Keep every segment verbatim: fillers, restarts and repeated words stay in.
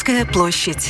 Домская площадь.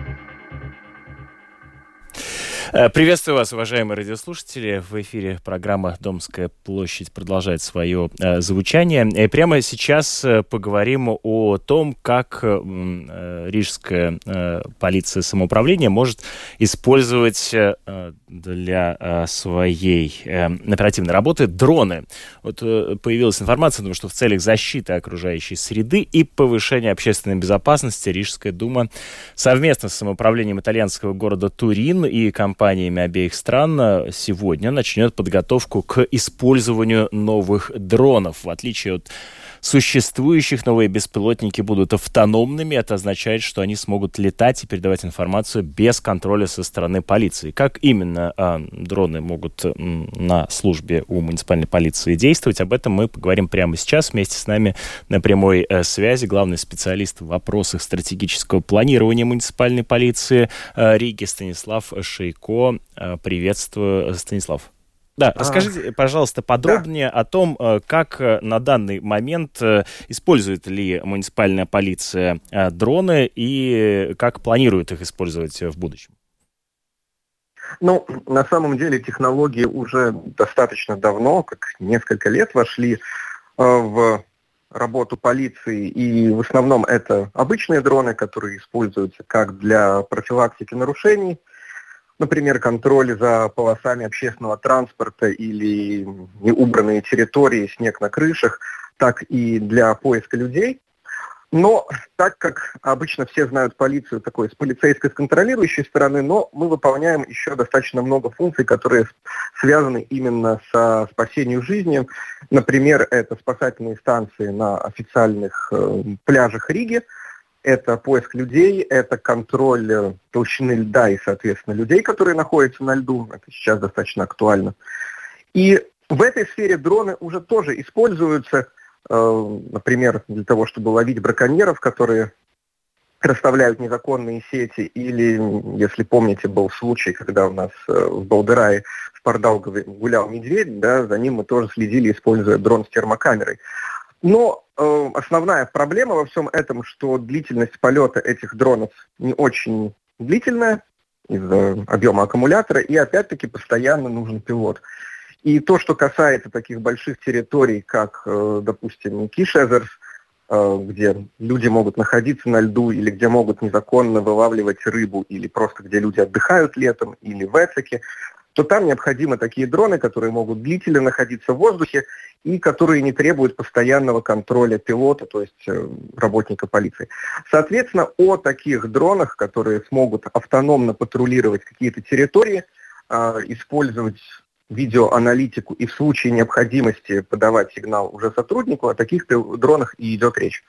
Приветствую вас, уважаемые радиослушатели. В эфире программа «Домская площадь» продолжает свое э, звучание. И прямо сейчас э, поговорим о том, как э, рижская э, полиция самоуправления может использовать э, для э, своей э, оперативной работы дроны. Вот э, появилась информация о том, что в целях защиты окружающей среды и повышения общественной безопасности Рижская дума совместно с самоуправлением итальянского города Турин и компанией компаниями обеих стран сегодня начнет подготовку к использованию новых дронов. В отличие от существующих, новые беспилотники будут автономными. Это означает, что они смогут летать и передавать информацию без контроля со стороны полиции. Как именно э, дроны могут э, на службе у муниципальной полиции действовать, об этом мы поговорим прямо сейчас. Вместе с нами на прямой э, связи главный специалист в вопросах стратегического планирования муниципальной полиции э, Риги Станислав Шейко. Приветствую, Станислав. Да, а, расскажите, пожалуйста, подробнее да. о том, как на данный момент использует ли муниципальная полиция дроны и как планирует их использовать в будущем. Ну, на самом деле технологии уже достаточно давно, как несколько лет, вошли в работу полиции, и в основном это обычные дроны, которые используются как для профилактики нарушений, например, контроль за полосами общественного транспорта или неубранные территории, снег на крышах, так и для поиска людей. Но так как обычно все знают полицию такой с полицейской, с контролирующей стороны, но мы выполняем еще достаточно много функций, которые связаны именно со спасением жизни. Например, это спасательные станции на официальных э, пляжах Риги. Это поиск людей, это контроль толщины льда и, соответственно, людей, которые находятся на льду. Это сейчас достаточно актуально. И в этой сфере дроны уже тоже используются, э, например, для того, чтобы ловить браконьеров, которые расставляют незаконные сети. Или, если помните, был случай, когда у нас э, в Балдерае, в Пардаугове гулял медведь, да, за ним мы тоже следили, используя дрон с термокамерой. Но э, основная проблема во всем этом, что длительность полета этих дронов не очень длительная из-за объема аккумулятора, и опять-таки постоянно нужен пилот. И то, что касается таких больших территорий, как, э, допустим, Кишезерс, э, где люди могут находиться на льду, или где могут незаконно вылавливать рыбу, или просто где люди отдыхают летом, или в Эцеке, то там необходимы такие дроны, которые могут длительно находиться в воздухе и которые не требуют постоянного контроля пилота, то есть э, работника полиции. Соответственно, о таких дронах, которые смогут автономно патрулировать какие-то территории, э, использовать видеоаналитику и в случае необходимости подавать сигнал уже сотруднику, о таких дронах и идет речь.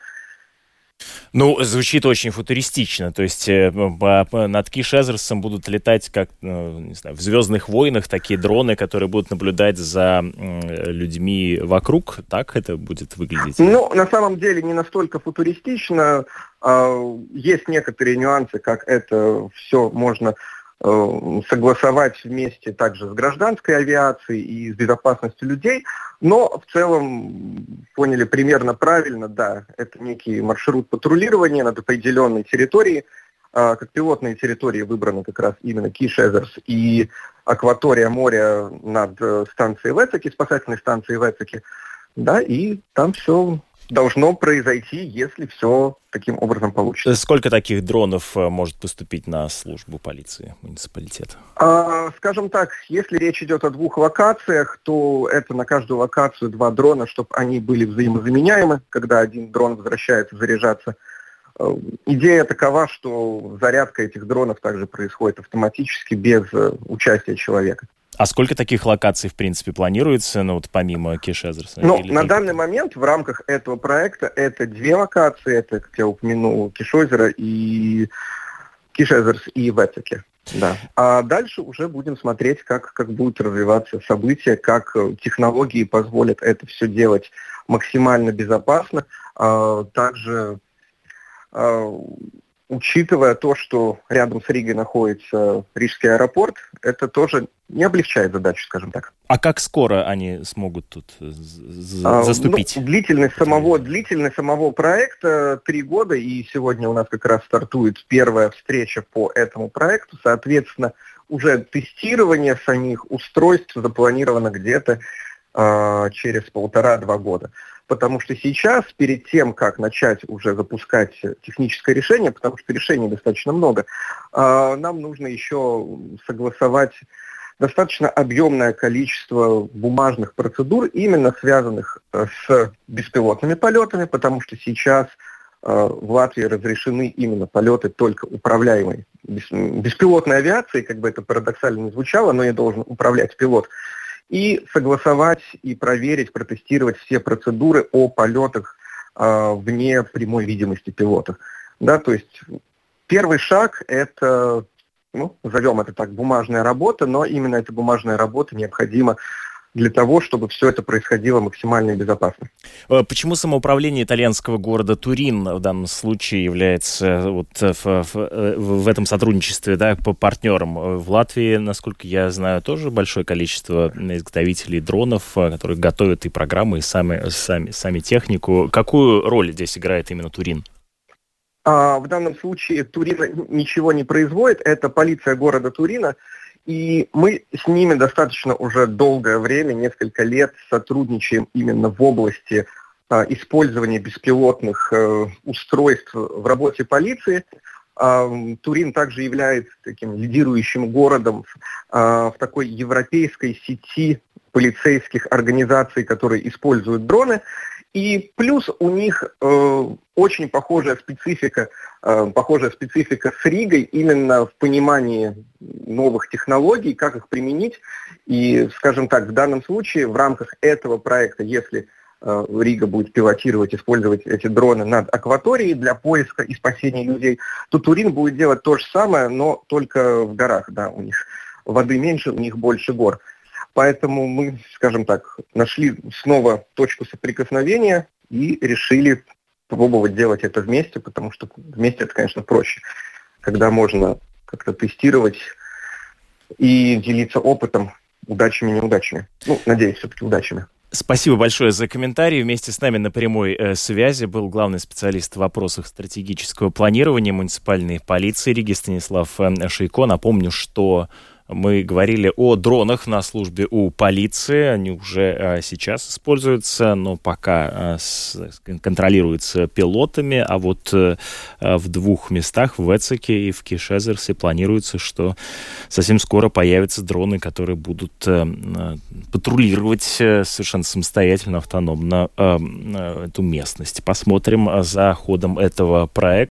Ну, звучит очень футуристично. То есть э, над Кишезерсом будут летать, как, ну, не знаю, в «Звездных войнах» такие дроны, которые будут наблюдать за э, людьми вокруг. Так это будет выглядеть? Ну, на самом деле не настолько футуристично. Э, есть некоторые нюансы, как это все можно э, согласовать вместе также с гражданской авиацией и с безопасностью людей. Но в целом поняли примерно правильно, да, это некий маршрут патрулирования над определенной территорией. А, как пилотные территории выбраны как раз именно Кишезерс и акватория моря над станцией в Эцеке, спасательной станцией в Эцеке. Да, и там все должно произойти, если все таким образом получится. Сколько таких дронов может поступить на службу полиции муниципалитета? А, скажем так, если речь идет о двух локациях, то это на каждую локацию два дрона, чтобы они были взаимозаменяемы, когда один дрон возвращается заряжаться. Идея такова, что зарядка этих дронов также происходит автоматически, без участия человека. А сколько таких локаций, в принципе, планируется, ну, вот помимо Кишезерса? Ну, на только... данный момент в рамках этого проекта это две локации, это, как я упомянул, Кишозеро и Кишезерс и Вецеке. Да. А дальше уже будем смотреть, как, как будут развиваться события, как технологии позволят это все делать максимально безопасно. А, также а, учитывая то, что рядом с Ригой находится Рижский аэропорт, это тоже не облегчает задачу, скажем так. А как скоро они смогут тут заступить? А, ну, длительность самого, длительность самого проекта три года, и сегодня у нас как раз стартует первая встреча по этому проекту. Соответственно, уже тестирование самих устройств запланировано где-то э, через полтора-два года. Потому что сейчас, перед тем, как начать уже запускать техническое решение, потому что решений достаточно много, нам нужно еще согласовать достаточно объемное количество бумажных процедур, именно связанных с беспилотными полетами, потому что сейчас в Латвии разрешены именно полеты только управляемой беспилотной авиацией, как бы это парадоксально не звучало, но я должен управлять пилот. И согласовать и проверить, протестировать все процедуры о полетах э, вне прямой видимости пилота. Да, то есть первый шаг – это, ну, назовем это так, бумажная работа, но именно эта бумажная работа необходима для того, чтобы все это происходило максимально безопасно. Почему самоуправление итальянского города Турин в данном случае является вот в, в, в этом сотрудничестве, да, по партнерам? В Латвии, насколько я знаю, тоже большое количество изготовителей дронов, которые готовят и программы, и сами, сами, сами технику. Какую роль здесь играет именно Турин? А, в данном случае Турин ничего не производит, это полиция города Турина. И мы с ними достаточно уже долгое время, несколько лет, сотрудничаем именно в области а, использования беспилотных а, устройств в работе полиции. А, Турин также является таким лидирующим городом а, в такой европейской сети полицейских организаций, которые используют дроны. И плюс у них э, очень похожая специфика, э, похожая специфика с Ригой именно в понимании новых технологий, как их применить. И, скажем так, в данном случае в рамках этого проекта, если э, Рига будет пилотировать, использовать эти дроны над акваторией для поиска и спасения людей, то Турин будет делать то же самое, но только в горах. Да, у них воды меньше, у них больше гор. Поэтому мы, скажем так, нашли снова точку соприкосновения и решили попробовать делать это вместе, потому что вместе это, конечно, проще, когда можно как-то тестировать и делиться опытом, удачами и неудачами. Ну, надеюсь, все-таки удачами. Спасибо большое за комментарий. Вместе с нами на прямой э, связи был главный специалист в вопросах стратегического планирования муниципальной полиции Риги Станислав э, Шейко. Напомню, что мы говорили о дронах на службе у полиции. Они уже а, сейчас используются, но пока а, с, контролируются пилотами. А вот а, в двух местах, в Вецеке и в Кишезерсе, планируется, что совсем скоро появятся дроны, которые будут а, патрулировать а, совершенно самостоятельно, автономно а, а, эту местность. Посмотрим а, за ходом этого проекта.